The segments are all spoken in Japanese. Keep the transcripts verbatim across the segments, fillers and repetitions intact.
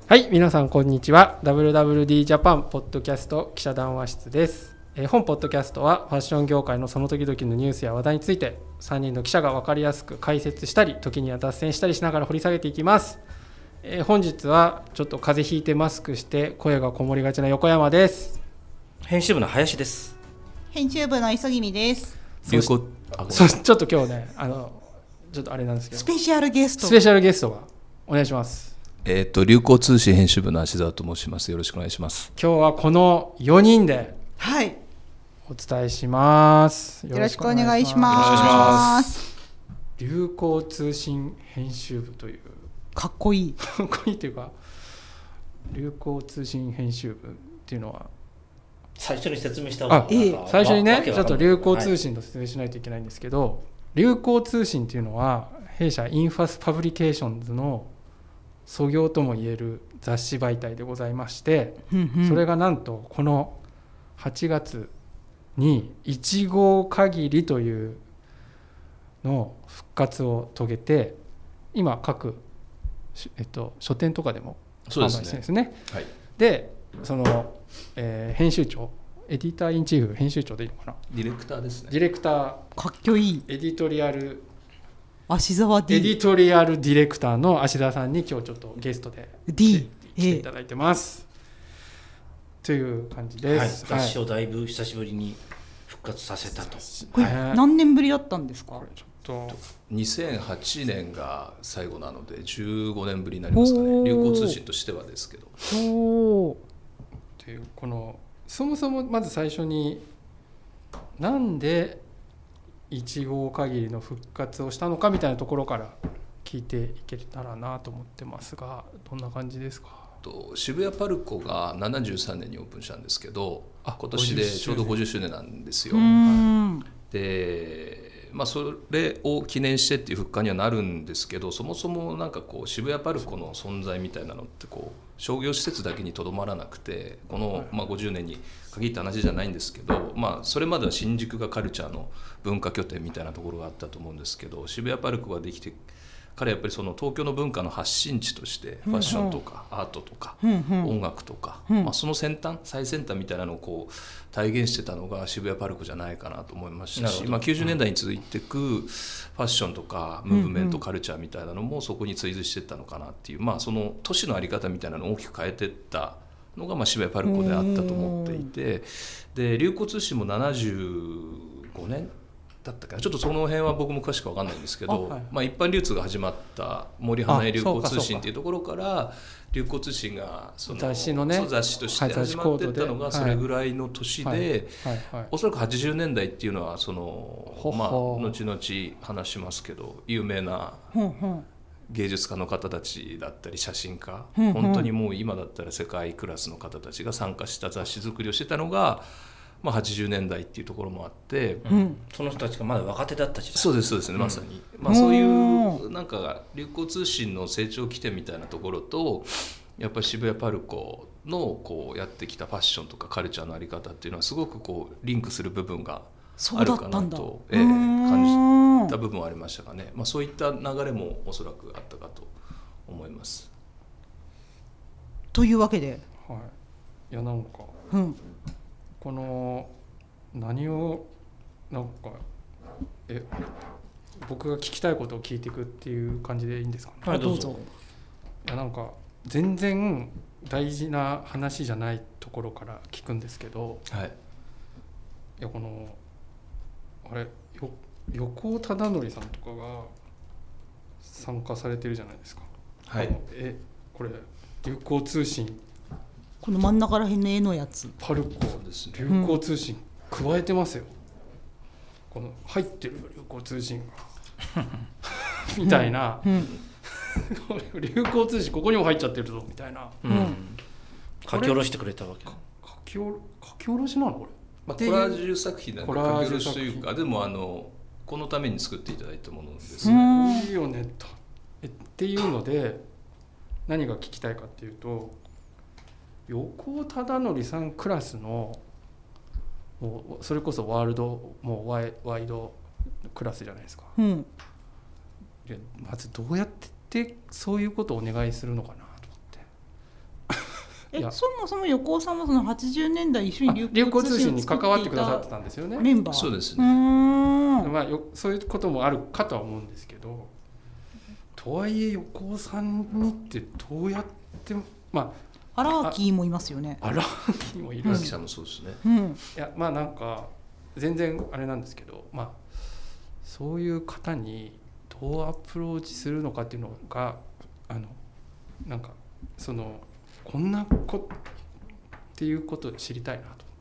はい、皆さんこんにちは。 ダブリューダブリューディー ジャパンポッドキャスト記者談話室です。えー、本ポッドキャストはファッション業界のその時々のニュースや話題についてさんにんの記者が分かりやすく解説したり、時には脱線したりしながら掘り下げていきます。えー、本日はちょっと風邪ひいてマスクして声がこもりがちな横山です。 編集部の林です。 編集部の磯君です。 そしそちょっと今日ね、あのちょっとあれなんですけど、 スペシャルゲストスペシャルゲストがお願いします。 えー、と流行通信編集部の芦澤と申します。よろしくお願いします。 今日はこのよにんではいお伝えします。 よろしくお願いします。 流行通信編集部というかっこいいかっこいいというか、流行通信編集部っていうのは最初に説明した方があ、いい最初にねちょっと流行通信と説明しないといけないんですけど、はい、流行通信っていうのは弊社インファスパブリケーションズの創業ともいえる雑誌媒体でございまして、うんうん、それがなんとこのはちがつにいち号限りというの復活を遂げて、今各、えっと、書店とかでも販売してるんですね。はい、でその、えー、編集長エディターインチーフ編集長でいいのかな、 ディレクターですね。 ディレクターかっこいいエディトリアル芦澤 D エディトリアルディレクターの芦田さんに今日ちょっとゲストで D 来ていただいてます、えー、という感じです。 はい、雑誌をだいぶ久しぶりに復活させたと。 これ何年ぶりだったんですか？ これちょっとにせんはちねんが最後なのでじゅうごねんぶりになりますかね。流行通信としてはですけど。 おというこのそもそもまず最初になんでいち号限りの復活をしたのかみたいなところから聞いていけたらなと思ってますが、どんな感じですか？ と渋谷パルコがななじゅうさんねんにオープンしたんですけど、今年でちょうどごじゅっしゅうねんなんですよ。で、まあ、それを記念してっていう復活にはなるんですけど、そもそもなんかこう渋谷パルコの存在みたいなのってこう商業施設だけにとどまらなくて、このまあごじゅうねんに限った話じゃないんですけど、まあ、それまでは新宿がカルチャーの文化拠点みたいなところがあったと思うんですけど、渋谷パルコができてからやっぱりその東京の文化の発信地としてファッションとかアートとか音楽とか、まあ、その先端最先端みたいなのをこう体現してたのが渋谷パルコじゃないかなと思いましたし、まあ、きゅうじゅうねんだいに続いていくファッションとかムーブメントカルチャーみたいなのもそこに追随していったのかなっていう、まあ、その都市の在り方みたいなのを大きく変えていったのがまあ渋谷パルコであったと思っていて、で流行通信もななじゅうごねんだったかな、ちょっとその辺は僕も詳しく分かんないんですけど、はい、まあ、一般流通が始まった森花江流行通信っていうところから流行通信がその雑誌のね、 雑誌として始まっていったのがそれぐらいの年で、おそらくはちじゅうねんだいっていうのはその、まあ、後々話しますけど有名な芸術家の方たちだったり写真家、本当にもう今だったら世界クラスの方たちが参加した雑誌作りをしてたのがまあ、はちじゅうねんだいっていうところもあって、 うん、その人たちがまだ若手だった時代。 そうですそうですね、まさに、うん、まあ、そういうなんか流行通信の成長起点みたいなところとやっぱり渋谷パルコのこうやってきたファッションとかカルチャーのあり方っていうのはすごくこうリンクする部分があるかなと、えー、感じた部分はありましたかね。まあ、そういった流れもおそらくあったかと思います。 というわけで、 はい、いやなんか、 うん、 この何をなんかえ僕が聞きたいことを聞いていくっていう感じでいいんですかね。 はい、どうぞ。 いやなんか全然大事な話じゃないところから聞くんですけど、 はい、 いやこのあれよ横尾忠則さんとかが参加されてるじゃないですか。 はい、 えこれ流行通信この真ん中ら辺の絵のやつパルコ流行通信加えてますよ、うん、この入ってる流行通信がみたいな、うんうん、流行通信ここにも入っちゃってるぞみたいな、うんうん、 書き下ろしてくれたわけ。 書き下ろ書き下ろしなのこれ、 まあ、コラージュ作品なんで書き下ろしというか、でもあのこのために作っていただいたものですね。 いいよねとえっていうので何が聞きたいかっていうと、横尾忠則さんクラスのもうそれこそワールドもうワイ、ワイドクラスじゃないですか、 うん、 まずどうやってそういうことをお願いするのかなと思って。 えいやそもそも横尾さんはそのはちじゅうねんだい一緒あに流行通信にを作関わってくださってたんですよね。 メンバーうーそうですね。 んまあ、よそういうこともあるかとは思うんですけど、とはいえ横尾さんにってどうやってま荒木もいますよね。 あ荒木もいるし、 荒木さんもそうですね。 うんいやまあなんか全然あれなんですけど、まあそういう方にどうアプローチするのかっていうのがあのなんかそのこんなこっていうことを知りたいなと。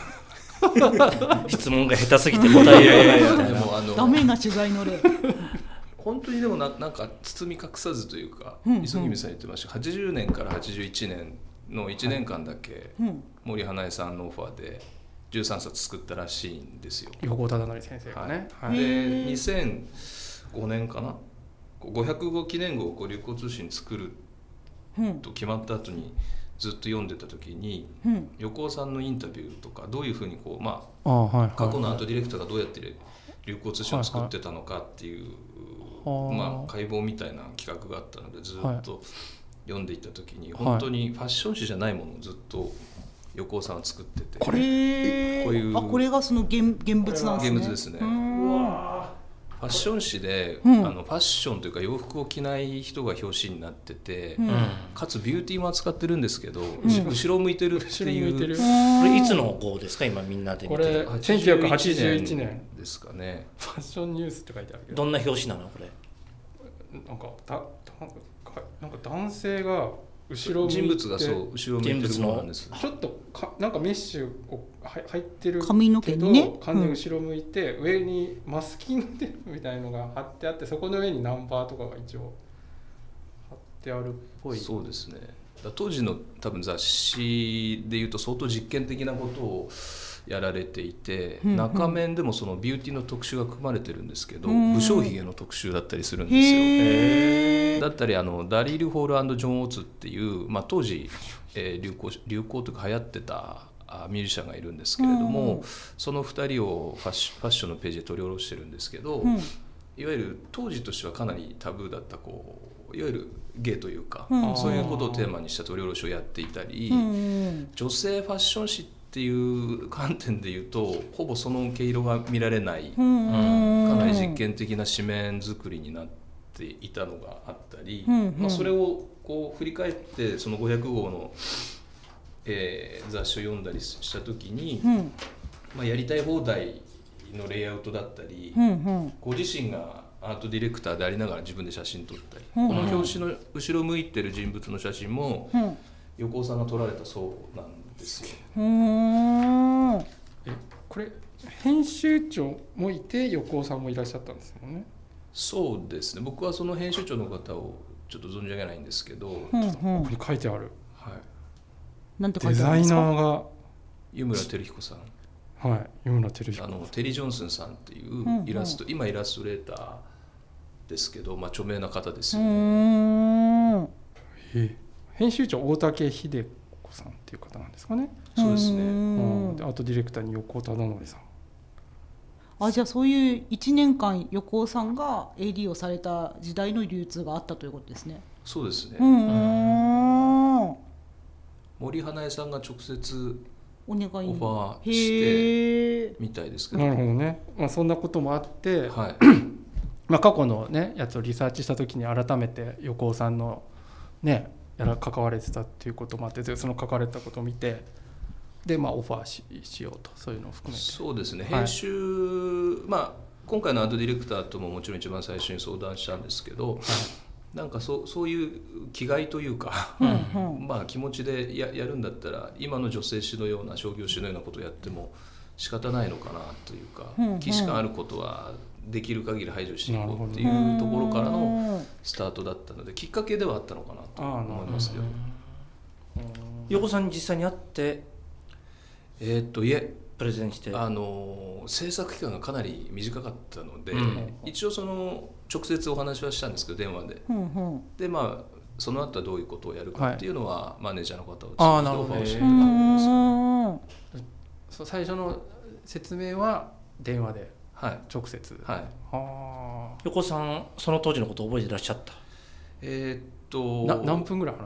質問が下手すぎて答えられないみたいな。 でもあのダメな取材の例。 本当にでも な, なんか包み隠さずというか、 うんうん磯君さん言ってましたはちじゅうねんからはちじゅういちねんのいちねんかんだけ、 うん森英恵さんのオファーでじゅうさんさつ作ったらしいんですよ。 横尾忠則先生がね、はいへでーにせんごねんかなごひゃくご記念号をこう流行通信作るうんと決まった後にずっと読んでた時にうん横尾さんのインタビューとかどういうふうにこう、まああはいはいあ、過去のアートディレクターがどうやって流行通信を作ってたのかっていう、 はいはいまあ、解剖みたいな企画があったのでずっと読んでいった時に、 はい本当にファッション誌じゃないものをずっと横尾さんは作ってて、 これへーこういうあこれがその現現物なんですね。 現物ですねうーんファッション誌で、 うんあのファッションというか洋服を着ない人が表紙になってて、 うんかつビューティーも扱ってるんですけど、 ん後ろを向いてるって後ろいう向いてるこれいつの号ですか今みんなで見てる。 これせんきゅうひゃくはちじゅういちねんですかね。 ファッションニュースって書いてあるけど、 どんな表紙なのこれ。 なんかだだなんか男性が後ろを向いて人物がそう後ろを向いてるものなんです。 ちょっとかなんかメッシュをは入ってる髪の毛けど、 にね完全に後ろ向いて、上にマスキングテープみたいのが貼ってあって、そこの上にナンバーとかが一応貼ってあるっぽい。 そうですね。だ当時の多分雑誌でいうと相当実験的なことをやられていて、 うんうん中面でもそのビューティーの特集が組まれてるんですけど、 うん武将髭の特集だったりするんですよ。 へーだったりあのダリル・ホール&ジョン・オーツっていう、まあ、当時、えー流行流行というか流行ってたあミュージシャンがいるんですけれども、 うんそのふたりをファッシファッションのページで取り下ろしてるんですけど、 うんいわゆる当時としてはかなりタブーだったこういわゆるゲイというか、 うんそういうことをテーマにした取り下ろしをやっていたり、 うん女性ファッション誌っていう観点でいうとほぼその毛色が見られない、 うんかなり実験的な紙面作りになっていたのがあったり、 うんうんまあ、それをこう振り返ってそのごひゃくごうの、えー雑誌を読んだりした時に、 うんまあ、やりたい放題のレイアウトだったり、 うんうんご自身がアートディレクターでありながら自分で写真撮ったり、 うんこの表紙の後ろ向いてる人物の写真もうん横尾さんが撮られたそうなんですよ。 うーんえこれ編集長もいて横尾さんもいらっしゃったんですよね。 そうですね。僕はその編集長の方をちょっと存じ上げないんですけど、 うんうんここに書いてあるはい、 なんて書デザイいてあるんですか。 ナー湯村照彦さん、 がはい湯村照彦あのテリー・ジョンソンさんっていんうんうイラスト、今イラストレーターですけど、まあ、著名な方ですうよね。 ーんえ編集長大竹秀子さんっていう方なんですかね。 そうですね。 うーうんんでアートディレクターに横尾忠則さん。 あじゃあそういういちねんかん横尾さんが エーディー をされた時代の流通があったということですね。 そうですね。 うーん森英恵さんが直接お願いオファーしてへーみたいですけど、 なるほどね、まあ、そんなこともあって、 はい、 まあ、過去の、ね、やつをリサーチした時に改めて横尾さんの、ね、やら関われてたっていうこともあって、でその書かれたことを見てで、まあ、オファー し, しようとそういうのを含めて。 そうですね。 はい編集、まあ今回のアートディレクターとももちろん一番最初に相談したんですけど、なんかそうそういう気概というか、 うんうんまあ気持ちで や, やるんだったら今の女性誌のような商業誌のようなことをやっても仕方ないのかなというか、 うんうん既視感あることはできる限り排除していこうっていなるほどうところからのスタートだったので、きっかけではあったのかなと思いますよ。 横尾さんに実際に会ってえーっといえプレゼンして。 あの制作期間がかなり短かったので、 うん一応その直接お話はしたんですけど電話でうんうんでまあその後はどういうことをやるかっていうのは、マネージャーの方を通じてあーなるほどオファーをしていうただいてます。 んそう最初の説明は電話ではい直接。 はいは横尾さんその当時のことを覚えていらっしゃった。 えーっとあな何分ぐらい話したの？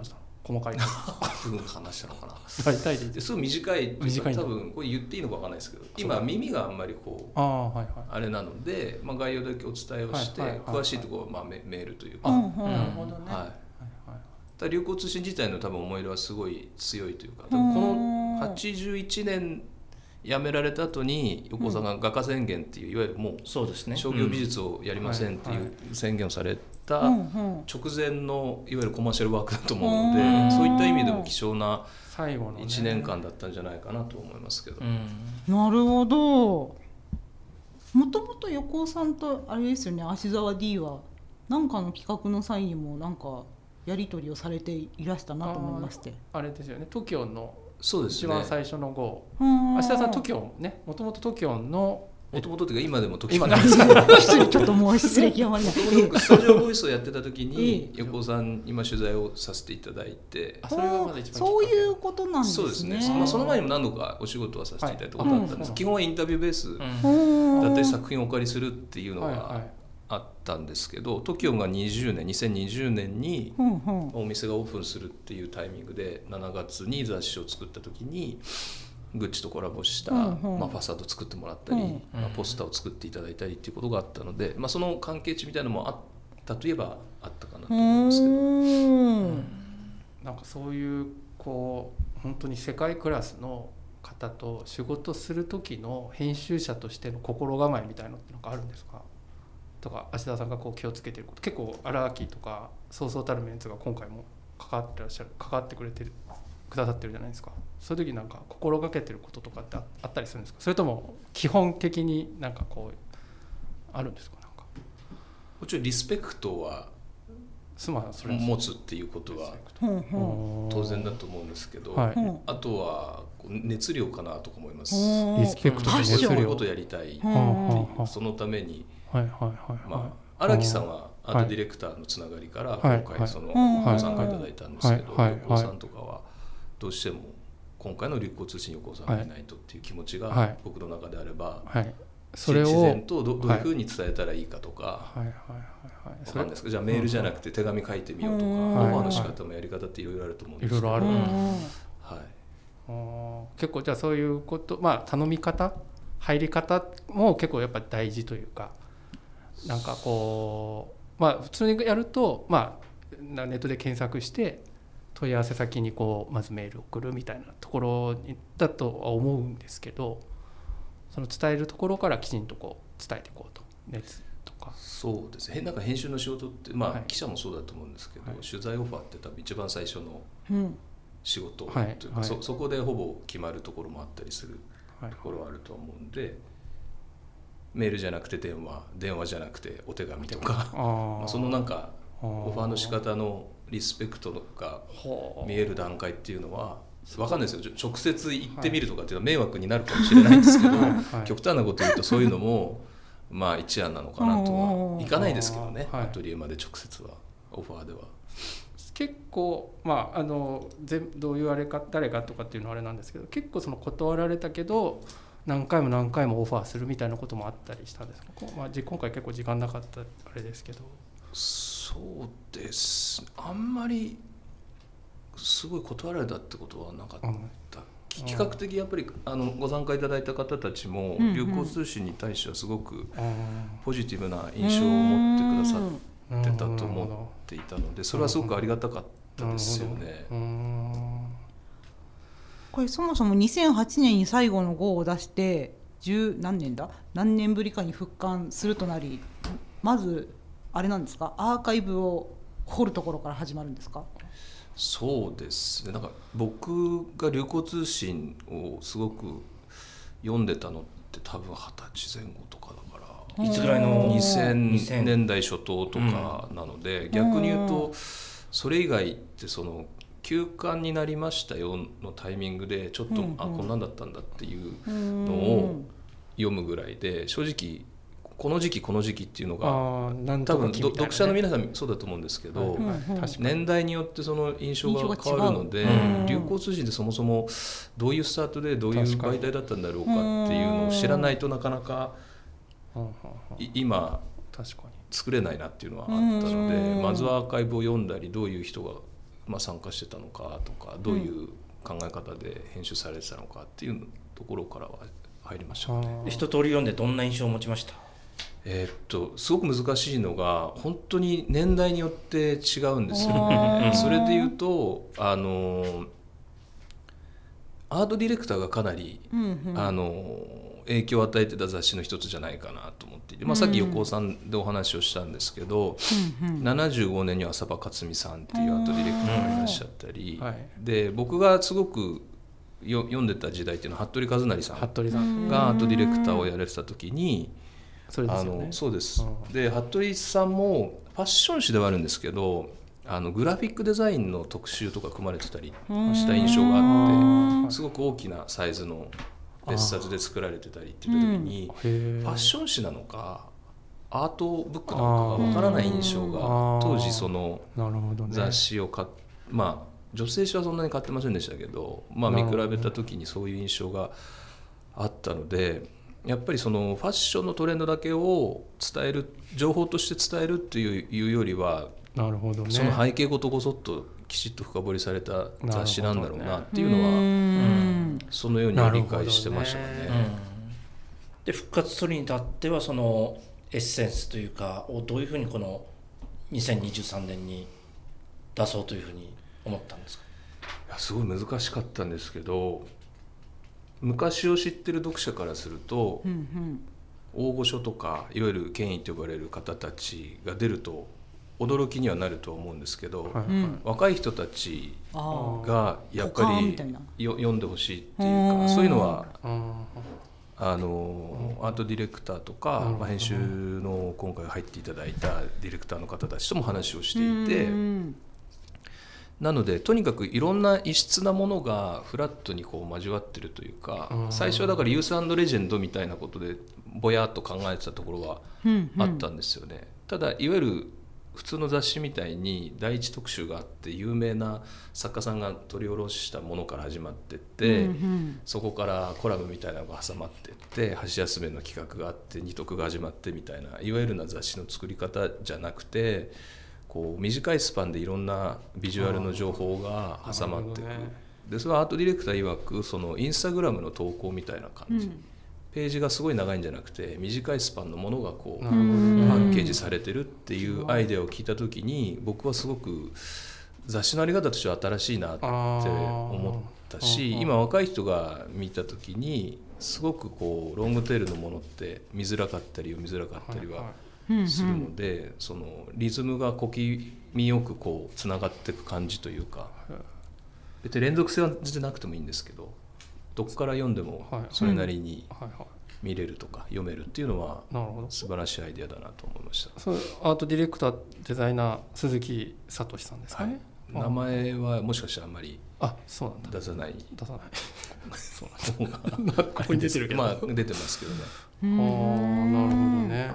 細かい何分話したのかな大体でいいすごい短いっていうか短いんだ多分これ言っていいのか分かんないですけど今耳があんまりこうああはいはいあれなので、まあ、概要だけお伝えをして、 はいはいはいはい詳しいところはまあメメールというか、 うんうんなるほどね、 はいはいはいただ流行通信自体の多分思い入れはすごい強いというかうんこのはちじゅういちねん辞められた後に横尾さんが画家宣言っていういわゆるもうそうですね。 商業美術をやりませんっていう宣言をされたうんうん直前のいわゆるコマーシャルワークだと思うのうんでそういった意味でも貴重な最後の、ね、 いちねんかんだったんじゃないかなと思いますけど、 うんなるほど。もともと横尾さんとあれですよね、芦沢 D は何かの企画の際にもなんかやり取りをされていらしたなと思いまして。 あれですよね トキオン のそうですね一番最初の号、 芦芦田さん トキオン ねもともと トキオン のもともとというか今でも時今 々 で失礼ちょっともう失礼極まりない。 僕スタジオボイスをやってた時にええ横尾さん今取材をさせていただいてあそれがまだ一番きっかけそういうことなんですね。 そうですね、まあ、その前にも何度かお仕事はさせていただいたことがあったんです、 はい基本はインタビューベースうんだったり作品をお借りするっていうのはいははいあったんですけど トキオン がにじゅうねんにせんにじゅうねんにうんうんお店がオープンするっていうタイミングでしちがつに雑誌を作った時にグッチとコラボした、 うんうんまあ、ファサード作ってもらったり、 うんまあ、ポスターを作っていただいたりっていうことがあったので、まあ、その関係値みたいなのもあったといえばあったかなと思いますけど、 うんなんかそういうこう本当に世界クラスの方と仕事する時の編集者としての心構えみたいなのってなんかあるんですかとか芦田さんがこう気をつけてること結構荒木とかそうそうたるメンツが今回も関わってらっしゃる関わってくれてるくださってるじゃないですかそういう時なんか心がけてることとかってああったりするんですかそれとも基本的になんかこうあるんですかなんかもちろんリスペクトはすまんそれ持つっていうことはうんうん当然だと思うんですけど、 はいうんあとはこう熱量かなとか思います。 うんリスペクトと熱そういう量ことをやりたいっていう、 うんそのために、 はいはいはいはいまあ、荒木さんはアートディレクターのつながりからはい今回そのはいご参加いただいたんですけど、 はいはい横尾さんとかはどうしても今回の流行通信横尾さんがいないとっていう気持ちがはい僕の中であれば、 はいそれを自然と ど, どういうふうに伝えたらいいかとか、 はいはいはいはいわかんないですかじゃあメールじゃなくて手紙書いてみようとか、 うんオファーの仕方もやり方っていろいろあると思うんですけど、 いろいろあるうんはいあー結構じゃあそういうことまあ頼み方入り方も結構やっぱ大事というかなんかこうまあ普通にやるとまあネットで検索して問い合わせ先にこうまずメールを送るみたいなところにだとは思うんですけどその伝えるところからきちんとこう伝えていこうと熱とかそうですねなんか編集の仕事ってまあ、 はい記者もそうだと思うんですけど、 はい取材オファーって多分一番最初のうん仕事はいというか、 はいそ, そこでほぼ決まるところもあったりするはいところはあると思うんでメールじゃなくて電話電話じゃなくてお手紙とかあーまあそのなんかあーオファーの仕方のリスペクトがほう見える段階っていうのは分かんないですよ直接行ってみるとかっていうのは迷惑になるかもしれないんですけど、 はい極端なこと言うとそういうのもまあ一案なのかなとうんは行かないですけどね、 はいアトリエまで直接はオファーでは。 結構まああの全どういうあれか誰かとかっていうのはあれなんですけど結構その断られたけど何回も何回もオファーするみたいなこともあったりしたんですか、まあ、じ今回結構時間なかったあれですけどそうですあんまりすごい断られたってことはなかった、 うん比較的やっぱりあのご参加いただいた方たちもうんうん流行通信に対してはすごくあポジティブな印象を持ってくださうんってたーと思っていたのでそれはすごくありがたかったですよね。 うーんこれそもそもにせんはちねんに最後の号を出して十何年だ何年ぶりかに復刊するとなりまずあれなんですかアーカイブを掘るところから始まるんですかそうですねなんか僕が流行通信をすごく読んでたのって多分はたちぜん後とかだからいつぐらいのにせんねんだい初頭とかなので、うん、逆に言うとそれ以外ってその休刊になりましたよのタイミングでちょっと、うんうん、あこんなんだったんだっていうのを読むぐらいで正直この時期この時期っていうのが多分、ね、読者の皆さんそうだと思うんですけど、はいはい、年代によってその印象が変わるので流行通信ってそもそもどういうスタートでどういう媒体だったんだろうかっていうのを知らないとなかなか今作れないなっていうのはあったのでまずはアーカイブを読んだりどういう人がまあ、参加してたのかとかどういう考え方で編集されてたのかっていうところからは入りましたね。 一通り読んでどんな印象を持ちました？ えー、っとすごく難しいのが本当に年代によって違うんですよね。それでいうとあのアートディレクターがかなり、うんうん、あの影響を与えてた雑誌の一つじゃないかなと思っていて、まあ、さっき横尾さんでお話をしたんですけど、うんうん、ななじゅうごねんには浅羽克美さんっていうアートディレクターがいらっしゃったり、はい、で僕がすごくよ読んでた時代っていうのは服部和成さんがアートディレクターをやられてた時にそれですよね。あのそうです、うん、で服部さんもファッション誌ではあるんですけどあのグラフィックデザインの特集とか組まれてたりした印象があってすごく大きなサイズの別冊で作られてたりって言った時に、うん、ファッション誌なのかアートブックなのかがわからない印象が当時その雑誌を買っ、まあ女性誌はそんなに買ってませんでしたけど、まあ、見比べた時にそういう印象があったのでやっぱりそのファッションのトレンドだけを伝える情報として伝えるっていうよりはなるほど、ね、 その背景ごとごそっときちっと深掘りされた雑誌なんだろうなっていうのは、ね、うん、そのように理解してましたね。ね、うん、 で復活するに至ってはそのエッセンスというかをどういうふうにこのにせんにじゅうさんねんに出そうというふうに思ったんですか？ いやすごい難しかったんですけど昔を知ってる読者からすると、うんうん、大御所とかいわゆる権威と呼ばれる方たちが出ると驚きにはなると思うんですけど、はいはい、若い人たちがやっぱりよ読んでほしいっていうかそういうのはあのアートディレクターとか、まあ、編集の今回入っていただいたディレクターの方たちとも話をしていてなのでとにかくいろんな異質なものがフラットにこう交わってるというか最初はだからユース&レジェンドみたいなことでぼやっと考えてたところはあったんですよね。ただいわゆる普通の雑誌みたいに第一特集があって有名な作家さんが取り下ろしたものから始まってって、うんうん、そこからコラムみたいなのが挟まってって箸休めの企画があって二読が始まってみたいないわゆるな雑誌の作り方じゃなくてこう短いスパンでいろんなビジュアルの情報が挟まっていく、ね、でそれはアートディレクター曰くそのインスタグラムの投稿みたいな感じ、うん、ページがすごい長いんじゃなくて短いスパンのものがこうパッケージされてるっていうアイデアを聞いた時に僕はすごく雑誌のあり方としては新しいなって思ったし今若い人が見た時にすごくこうロングテールのものって見づらかったり読みづらかったりはするのでそのリズムが小気味よくこうつながっていく感じというか別に連続性は全然なくてもいいんですけどどこから読んでもそれなりに見れるとか読めるっていうのは素晴らしいアイデアだなと思いました。 そうアートディレクターデザイナー鈴木聡さんですかね、 はい、名前はもしかしたらあんまりあそうなんだ出さない出さないそうなんだここに出てるけどまあ出てますけどね。 あなるほどね。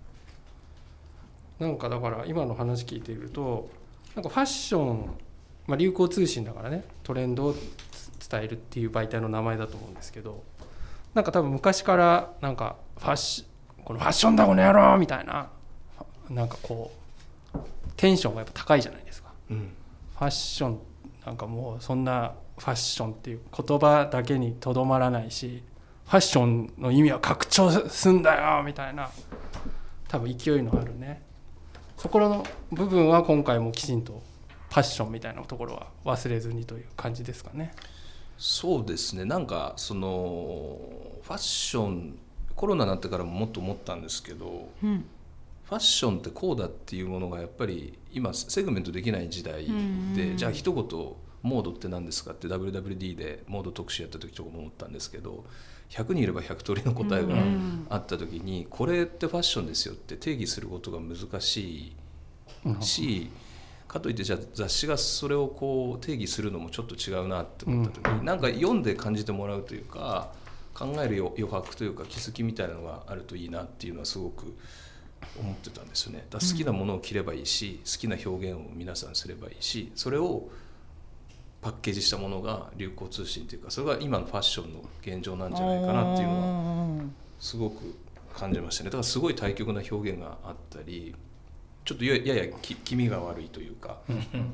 なんかだから今の話聞いているとなんかファッション、まあ、流行通信だからねトレンドを伝えるっていう媒体の名前だと思うんですけどなんか多分昔からなんかファッシこのファッションだこの野郎みたいななんかこうテンションがやっぱ高いじゃないですか、うん、ファッションなんかもうそんなファッションっていう言葉だけにとどまらないしファッションの意味は拡張すんだよみたいな多分勢いのあるねそこの部分は今回もきちんとファッションみたいなところは忘れずにという感じですかね。 そうですねなんかそのファッションコロナになってからももっと思ったんですけど、うん、ファッションってこうだっていうものがやっぱり今セグメントできない時代で、うんうん、じゃあ一言モードって何ですかって ダブリューダブリューディー でモード特集やった時とかも思ったんですけどひゃくにんいればひゃく通りの答えがあった時にこれってファッションですよって定義することが難しいし、うん、かといってじゃあ雑誌がそれをこう定義するのもちょっと違うなって思った時に、うん、なんか読んで感じてもらうというか考える余白というか気づきみたいなのがあるといいなっていうのはすごく思ってたんですよね。だから好きなものを着ればいいし、好きな表現を皆さんすればいいしそれをパッケージしたものが流行通信というかそれが今のファッションの現状なんじゃないかなっていうのはすごく感じましたね。だからすごい対極な表現があったりちょっとやや気味が悪いというか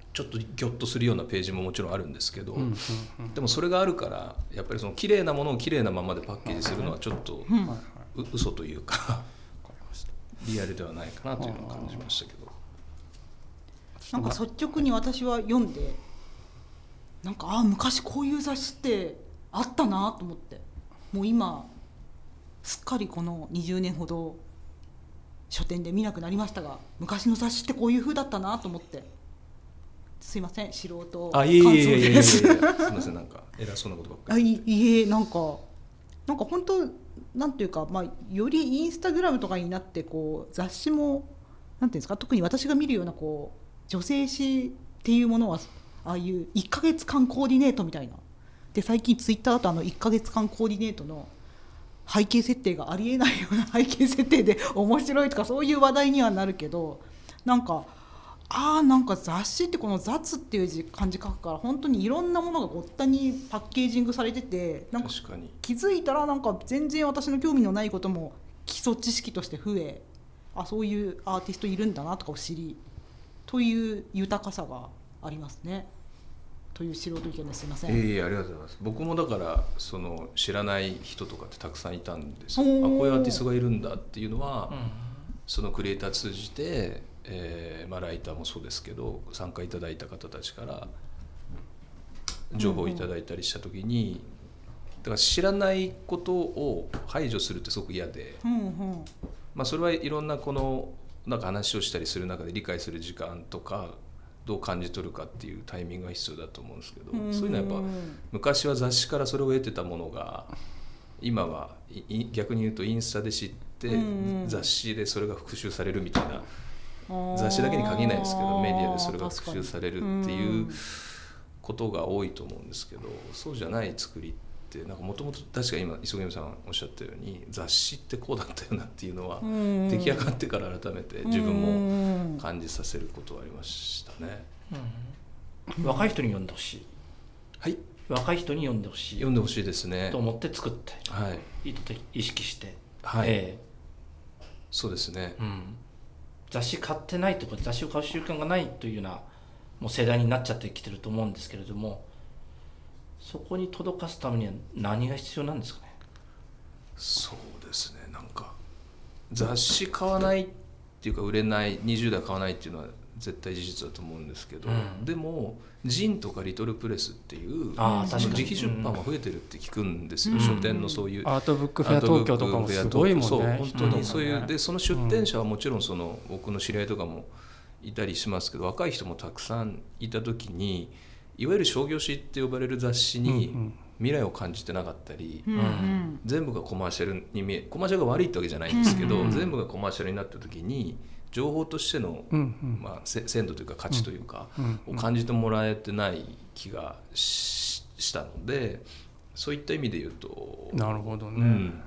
ちょっとギョッとするようなページももちろんあるんですけど、 うんうんうん、 でもそれがあるからやっぱりその綺麗なものを綺麗なままでパッケージするのはちょっとうんはいはう嘘というかい、わかりました。 リアルではないかなというのを感じましたけど、 なんか率直に私は読んでなんかあ昔こういう雑誌ってあったなと思って、もう今すっかりこのにじゅうねんほど書店で見なくなりましたが、昔の雑誌ってこういう風だったなと思って、すいません素人感あいえいえいえいえいえいえ想ですすみませんなんか偉そうなことばっかあり。 いいえなんかなんか本当なんていうか、まあ、よりインスタグラムとかになってこう雑誌もなんていうんですか、特に私が見るようなこう女性誌っていうものはああいういっかげつかんコーディネートみたいなで、最近ツイッターだとあのいっかげつかんコーディネートの背景設定がありえないような背景設定で面白いとかそういう話題にはなるけど、なんかあーなんか雑誌ってこの雑っていう字漢字書くから本当にいろんなものがごったにパッケージングされてて、なんか確かに気づいたらなんか全然私の興味のないことも基礎知識として増え、あそういうアーティストいるんだなとかを知りという豊かさがありますね。という素人意見ですいません。 ええありがとうございます。僕もだからその知らない人とかってたくさんいたんですよ。あおーこういうアーティストがいるんだっていうのは、 うんそのクリエイター通じて、えーまあ、ライターもそうですけど参加いただいた方たちから情報をいただいたりした時に、だから知らないことを排除するってすごく嫌で、 うんうんまあ、それはいろんなこのなんか話をしたりする中で理解する時間とかどう感じ取るかっていうタイミングが必要だと思うんですけど、 うんそういうのはやっぱ昔は雑誌からそれを得てたものが今はい逆に言うとインスタで知ってうん雑誌でそれが復習されるみたいな、 あー雑誌だけに限らないですけどメディアでそれが復習されるっていうことが多いと思うんですけど、そうじゃない作りってなんかもともと確か今磯上さんおっしゃったように雑誌ってこうだったよなっていうのは出来上がってから改めて自分も感じさせることはありましたね。 うん、若い人に読んでほしい、 はい、 若い人に読んでほしい読んでほしいですねと。思って作ってはい、 意図的意識して、 はい、 えそうですねえ。うん、雑誌買ってないとか雑誌を買う習慣がないというようなもう世代になっちゃってきてると思うんですけれども、そこに届かすためには何が必要なんですかね。 そうですね、なんか雑誌買わないっていうか売れないにじゅう代買わないっていうのは絶対事実だと思うんですけど、 うんでもジンとかリトルプレスっていうあー確かに自費出版は増えてるって聞くんですよ、 うん書店のそういうアートブックフェア東京とかもすごいもんね。 そう本当にそういう、 人がねでその出店者はもちろんその僕の知り合いとかもいたりしますけど、若い人もたくさんいた時にいわゆる商業誌って呼ばれる雑誌うんうにん未来を感じてなかったり、 うんうん全部がコマーシャルに見えコマーシャルが悪いってわけじゃないんですけど、 うんうん全部がコマーシャルになった時に情報としての、 うんうんまあ、せ鮮度というか価値というか、 うんを感じてもらえてない気が し, したので、そういった意味で言うとなるほどね、 うんうん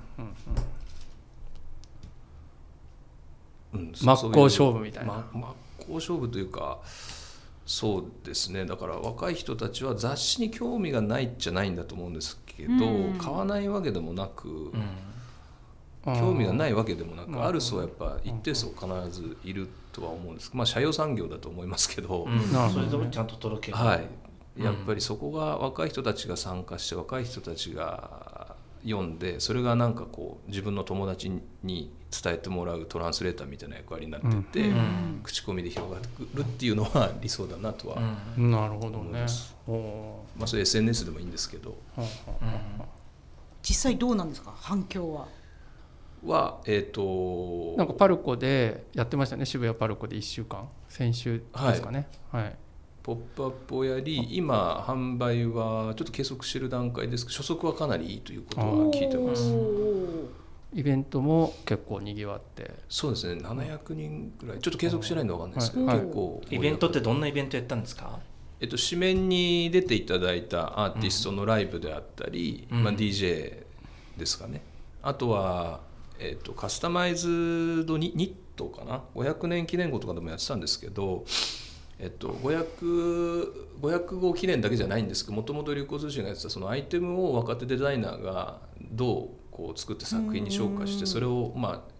うん真っ向勝負みたいな、 ま真っ向勝負というかそうですね、だから若い人たちは雑誌に興味がないじゃないんだと思うんですけど、 うん買わないわけでもなく、 うん興味がないわけでもなく、 うんある層はやっぱ一定数必ずいるとは思うんです、まあ社用産業だと思いますけど、 うんなるほどねそれでもちゃんと届ける、 はい、 うんやっぱりそこが若い人たちが参加して若い人たちが読んで、それがなんかこう自分の友達に伝えてもらうトランスレーターみたいな役割になっていって、 うんうん口コミで広がるっていうのは理想だなとは、 うんなるほどね思います。 おおまあ、それ エスエヌエス でもいいんですけどー、はあはあは実際どうなんですか反響は。 はえっ、とあなんかパルコでやってましたね、渋谷パルコでいっしゅうかん、先週ですかね。はい、 ポップアップをやり、今販売はちょっと計測している段階ですけど初速はかなりいいということは聞いてます。 おーイベントも結構にぎわって、 そうですね、ななひゃくにんぐらいちょっと計測してないので分かんないですけど、 はい結構イベントってどんなイベントやったんですか。 えっと、紙面に出ていただいたアーティストのライブであったり、 うんまあ、ディージェー ですかね、あとは、えっと、カスタマイズドニニットかな、ごひゃくねん記念号とかでもやってたんですけど、えっと、ごひゃく, ごひゃく号記念だけじゃないんですけど、もともと流行通信がやってたそのアイテムを若手デザイナーがどうこう作って作品に昇華して、それをまあ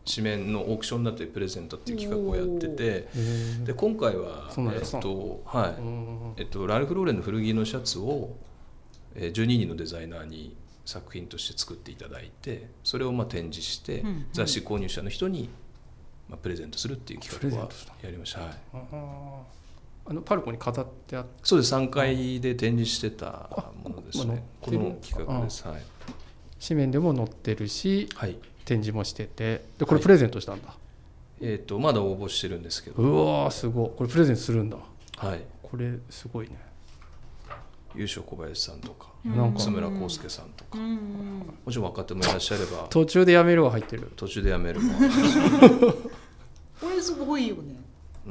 紙面のオークションだってプレゼントっていう企画をやってて、で今回はえっとはいえっとラルフローレンの古着のシャツをじゅうににんのデザイナーに作品として作っていただいて、それをまあ展示して、うんうん、雑誌購入者の人にまあプレゼントするっていう企画はやりました。はい、 あのパルコに飾ってあって、 そうです、さんがいで展示してたものですね。この企画です。はい、 紙面でも載ってるし、 はい、 展示もしてて、でこれプレゼントしたんだ。はい、 えっとまだ応募してるんですけど。 うわーすごい、これプレゼントするんだ。 はい、 これすごいね。 優勝小林さんとか津村康介さんとか、もちろん若手もいらっしゃれば、 途中で辞めるは入ってる。 途中で辞めるもこれすごいよね。 うん、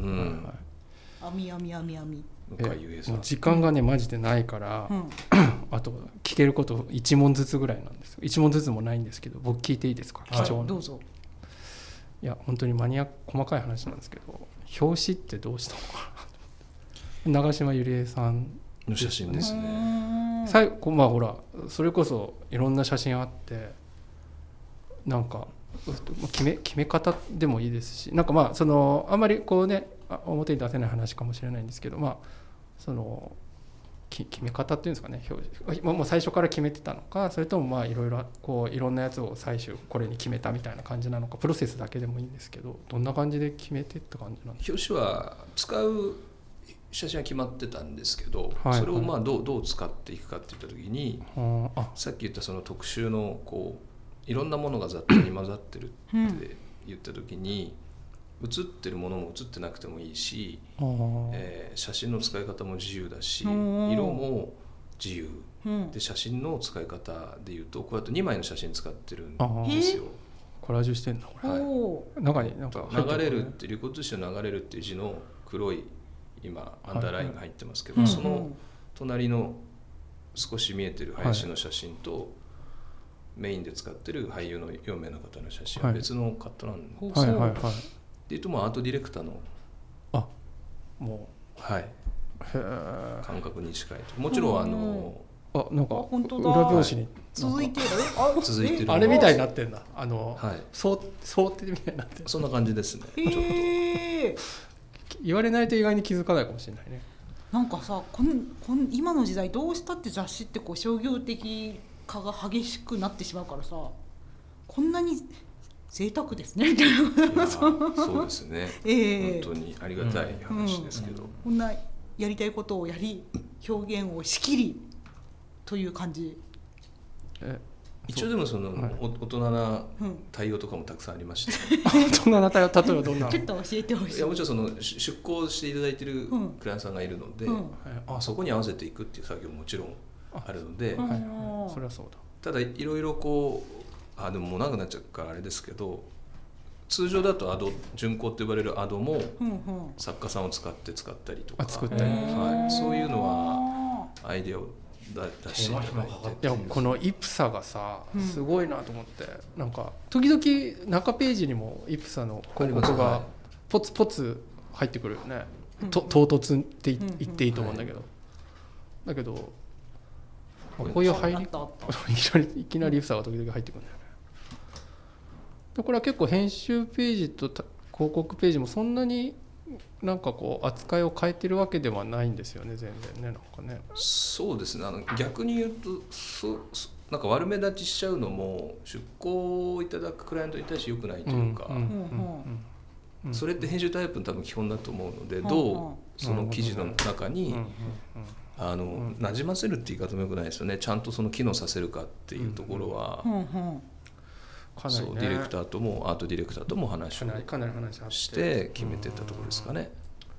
あみあみあみあみ。 もう時間がねマジでないから、うん、あと聞けることいち問ずつぐらいなんです。いち問ずつもないんですけど、僕聞いていいですか？ はい、 貴重な。 どうぞ。 いや本当にマニア細かい話なんですけど、表紙ってどうしたのかな。長嶋ゆりえさんの写真ですね。 最後まあほらそれこそいろんな写真あって、なんか決め決め方でもいいですし、なんかまあそのあんまりこうね表に出せない話かもしれないんですけど、まあそのき決め方っていうんですかね、表もう最初から決めてたのか、それともまあいろいろこういろんなやつを最終これに決めたみたいな感じなのか、プロセスだけでもいいんですけど、どんな感じで決めてった感じなんですか？ 表紙は使う写真は決まってたんですけど、はいはい、それをまあどう、どう使っていくかっていった時に、あさっき言ったその特集のこういろんなものが雑多に混ざってるって言った時に、うん、写ってるものも写ってなくてもいいし、えー、写真の使い方も自由だし、色も自由、うん、で写真の使い方でいうとこうやってにまいの写真使ってるんですよ。 コラージュしてんだこれ、 はい、 中になんか流れるって流行としての流れるっていう字の黒い今アンダーラインが入ってますけど、はいはい、その隣の少し見えてる林の写真と、はい、メインで使ってる俳優のよんめいの方の写真は別のカットなんですよ。はいはいはい、でいうとまあアートディレクターのあもう、はい、感覚に近いと。もちろんあのあなんか裏表紙に続いてるあ続いてるあれみたいになってんだ。あの、 はい、 想定みたいになってる。 そんな感じですね。ちょっと言われないと意外に気づかないかもしれないね。 なんかさこんこん今の時代どうしたって雑誌ってこう商業的化が激しくなってしまうからさ、こんなに贅沢ですねみたいな。 そうですね、えー、本当にありがたい話ですけど、うんうん、 こんなやりたいことをやり表現をしきりという感じ。 え一応でもその、はい、大人な対応とかもたくさんありまして、 うん、大人な対応例えばどんなちょっと教えてほしい。 いやもちろんその出向していただいているクライアントさんがいるので、うん、あそこに合わせていくっていう作業ももちろんあるので、 はいはい、それはそうだ。 ただいろいろこうあでももう長くなっちゃうからあれですけど、通常だとアド巡行って呼ばれるアドも作家さんを使って使ったりとか、 作ったり、 はい、そういうのはアイデアを出していただいて、 いやこのイプサがさすごいなと思って、うん、なんか時々中ページにもイプサの広告がポツポツ入ってくるよね、うん、と唐突って言っていいと思うんだけど、うんうん、だけど、うん、こういう入りいきなりイプサが時々入ってくるんだよね。でこれは結構編集ページと広告ページもそんなになんかこう扱いを変えてるわけではないんですよね、全然ね。なんかねそうですね、あの逆に言うとそなんか悪目立ちしちゃうのも出向をいただくクライアントに対して良くないというか、それって編集タイプの多分基本だと思うので、どうその記事の中にあの馴染ませるって言い方も良くないですよね。ちゃんとその機能させるかっていうところは、かなりね、そうディレクターともアートディレクターとも話をして決めてったところですかね。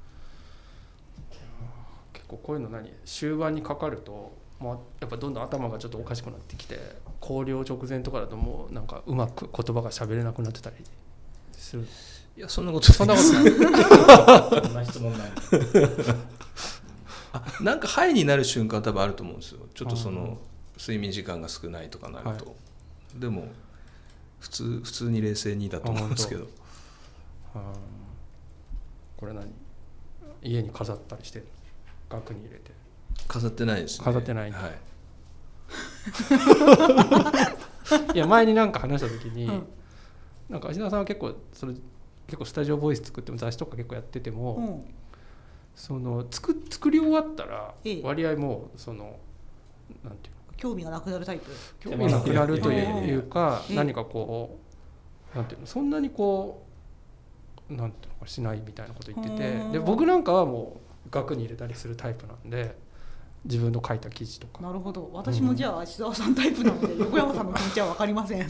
結構こういうの何終盤にかかるともうやっぱどんどん頭がちょっとおかしくなってきて、考慮直前とかだともうなんかうまく言葉が喋れなくなってたりする。 いやそんなことそんなことないそんな質問ないあなんかハイになる瞬間多分あると思うんですよ。ちょっとその睡眠時間が少ないとかなると、はい、でも普通普通に冷静にだと思うんですけど。 あこれ何家に飾ったりしてるの？額に入れて。 飾ってないですね。 飾ってない、 はい 、いや前になんか話した時に、うん、 なんか芦田さんは結構それ結構スタジオボイス作っても雑誌とか結構やってても、 うん、 その 作, 作り終わったらええ割合もうそのなんていうの興味がなくなるタイプ。 興味なくなるというか、 ええ何かこうなんていうのそんなにこうなんていうのかしないみたいなこと言ってて、で僕なんかはもう額に入れたりするタイプなんで、自分の書いた記事とか。 なるほど。私もじゃあ芦澤さんタイプなので、横山さんの気持ちは分かりません。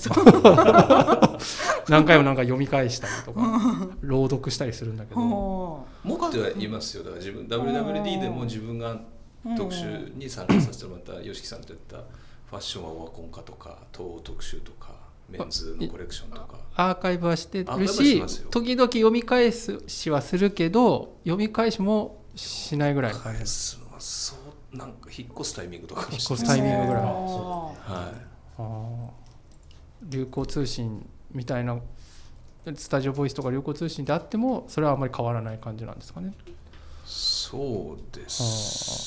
何回もなんか読み返したりとか朗読したりするんだけど、 持ってはいますよ。だから自分 ダブリューダブリューディー でも自分が特集に参加させてもらった吉木さんと言ったファッションはオワコン化とか東欧特集とかメンズのコレクションとかアーカイブはしてるし、時々読み返しはするけど読み返しもしないぐらいの感じです。 そうなんか引っ越すタイミングとか引っ越すタイミングぐらい。 はい。 あ流行通信みたいなスタジオボイスとか流行通信であってもそれはあまり変わらない感じなんですかね。 そうです。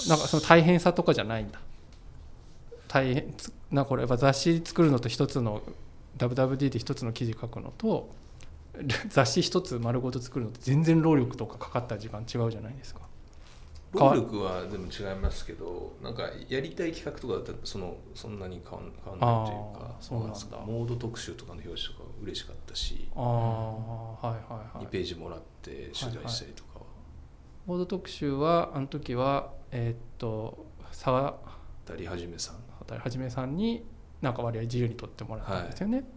なんかその大変さとかじゃないんだ。大変なこれやっぱ雑誌作るのと一つの ダブリューダブリューディー で一つの記事書くのと雑誌一つ丸ごと作るのって全然労力とかかかった時間違うじゃないですか。 労力はでも違いますけど、なんかやりたい企画とかだったらそのそんなに変わんないというか、 そうなんだ。 モード特集とかの表紙とか嬉しかったし、 あ、はいはいはい、 にページもらって取材したりとかは、はいはい、 モード特集はあの時はえー、っと沢谷はじめさん谷はじめさんになんか割合自由に取ってもらったんですよね、はい、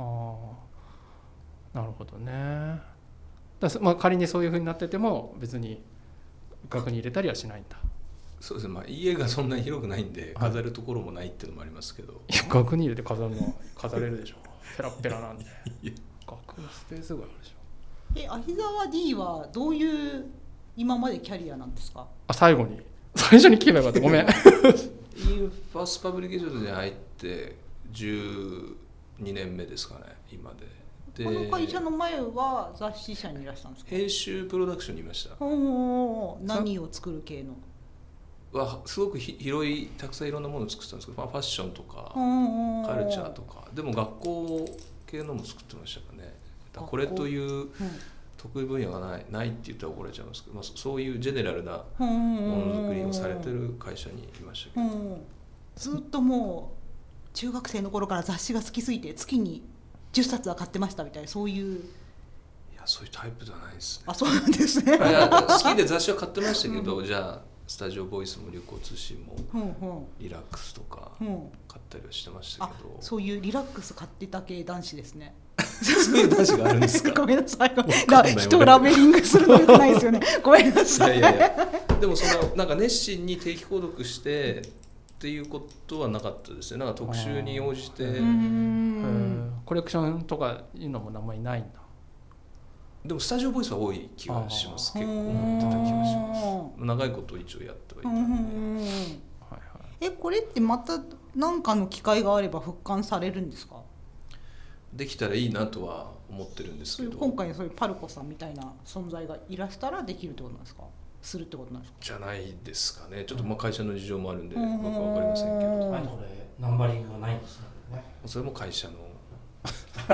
ああなるほどね。だ、まあ、仮にそういう風になってても別に額に入れたりはしないんだ。 そうですね、まあ、家がそんなに広くないんで飾るところもないっていうのもありますけど、 いや額に入れて飾るのは飾れるでしょペラペラなんで額のスペースがあるでしょ。 え、芦澤 D はどういう今までキャリアなんですか？ あ、最後に最初に聞けばよかった、ごめんインファスパブリケーションで入ってじゅうにねんめですかね今で。 この会社の前は雑誌社にいらしたんですか？ 編集プロダクションにいました。 お何を作る系のはすごく広いたくさんいろんなものを作ってたんですけど、まあ、ファッションとかカルチャーとかでも学校系のも作ってましたかね。だからこれという得意分野がない、ないって言ったら怒られちゃいますけど、まあ、そういうジェネラルなものづくりをされてる会社にいましたけど、 ずっともう中学生の頃から雑誌が好きすぎて月にじゅっさつは買ってましたみたいな、そういう。 いやそういうタイプではないですね。 あ、そうなんですね。 いや好きで雑誌は買ってましたけど、うん、じゃあスタジオボイスも流行通信もリラックスとか買ったりはしてましたけど、 うん、そういうリラックス買ってた系男子ですね。 そういう男子があるんですか？ ごめんなさい、人をラベリングするのよくないですよね。ごめんなさい。 いやいやいやでもそのなんか熱心に定期購読してっていうことはなかったですね。なんか特集に応じてコレクションとかいうのもあんまりないんだ。 でもスタジオボイスは多い気がします。結構思ってた気がします。長いこと一応やってはいたんで、はいはい、 えこれってまた何かの機会があれば復刊されるんですか？ できたらいいなとは思ってるんですけど、 今回そういうパルコさんみたいな存在がいらしたらできるってことなんですか？するってことなんですか？ じゃないですかね。ちょっとまあ会社の事情もあるんで僕は分かりませんけど、 これナンバリングがないんですね。 それも会社の痛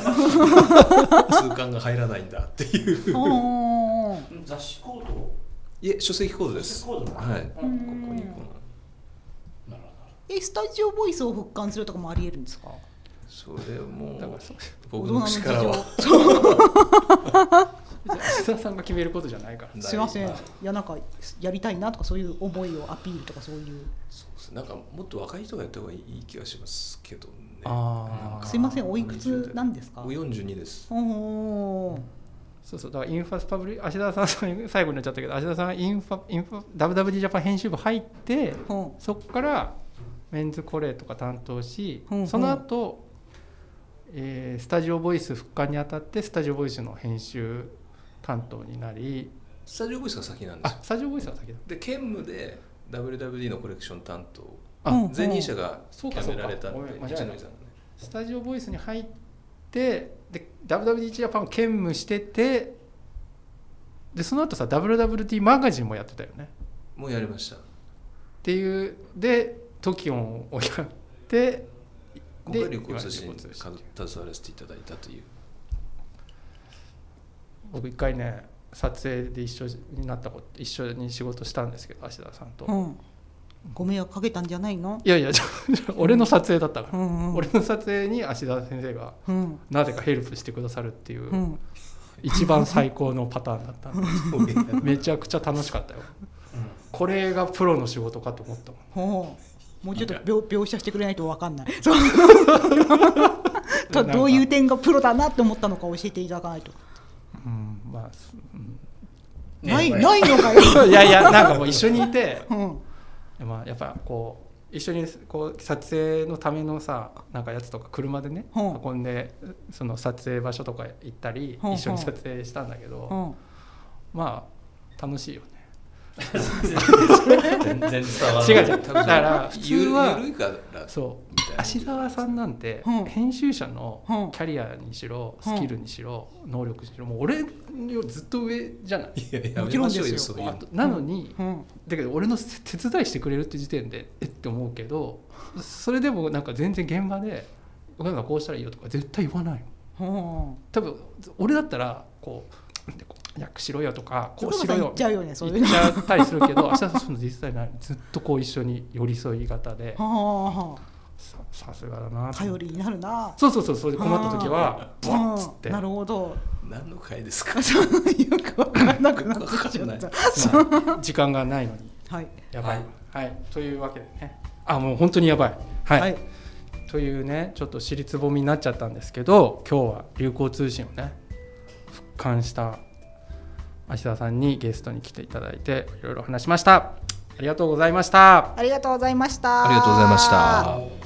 感が入らないんだっていう雑誌コード？ いえ書籍コードです。 コードはい。ここにこの。 なるほど。えスタジオボイスを復刊するとかもあり得るんですか？ それも僕の口からは須田さんが決めることじゃないから。 すいません。いやなんかやりたいなとかそういう思いをアピールとかそういう。 そうですね。なんかもっと若い人がやった方がいい気がしますけどね。 あすいません。おいくつなんですか？ よんじゅうにです。 おお。 そうそうだからインファスパブリ芦田さん最後になっちゃったけど芦田さんインファインファ ダブリューダブリュー ジャパン編集部入って、うん、そこからメンズコレとか担当し、うん、その後、えー、スタジオボイス復刊にあたってスタジオボイスの編集担当になり、 スタジオボイスが先なんですよ。 あスタジオボイスが先だ。 で兼務で ダブリューダブリューディー のコレクション担当、 あ前任者が辞められたんで、 スタジオボイスに入ってで ダブリューダブリュー ジャパンを兼務してて、でその後さ ダブリューダブリューディー マガジンもやってたよね。 もうやりました。 っていうでトキオンをやって今回流行通信に携わらせていただいたという。 僕一回ね撮影で一緒になったこと一緒に仕事したんですけど芦田さんと、 うん、ご迷惑かけたんじゃないの？ いやいや俺の撮影だったから、 うんうん、 俺の撮影に芦田先生がなぜかヘルプしてくださるっていう、うん、一番最高のパターンだったんでめちゃくちゃ楽しかったよ、うん、これがプロの仕事かと思ったもん。 ほう、もうちょっと 描, 描写してくれないと分かんないどういう点がプロだなって思ったのか教えていただかないと。 うん、まあ、うん、 ない、ないのかよいやいやなんかもう一緒にいて、 うん、 まあ、やっぱこう一緒にこう撮影のためのさなんかやつとか車でね、うん、運んでその撮影場所とか行ったり、うん、一緒に撮影したんだけど、うん、まあ楽しいよね全然伝わらない。 違う違う、だから普通はゆるいからそう芦澤さんなんて編集者のキャリアにしろスキルにしろ能力にしろもう俺よりずっと上じゃない。 いやいやもちろんですよ。 なのに、うん、だけど俺の手伝いしてくれるって時点でえって思うけど、それでもなんか全然現場でお母さんこうしたらいいよとか絶対言わないの。多分俺だったらこう訳しろよとかこうしろよ言っちゃうよね、そういう言っちゃったりするけど芦田さんその実際ないずっとこう一緒に寄り添い型でさ, さすがだな頼りになるな。 そうそうそう、それで困った時はボンッつって。 なるほど。 何の回ですかよく分からなくなっちゃった。 時間がないのに、 はい、 やばい、はいはい、というわけでね、あもう本当にやばい、はいはい、というねちょっと尻つぼみになっちゃったんですけど、今日は流行通信をね復刊した芦田さんにゲストに来ていただいていろいろ話しました。ありがとうございました。 ありがとうございました。 ありがとうございました。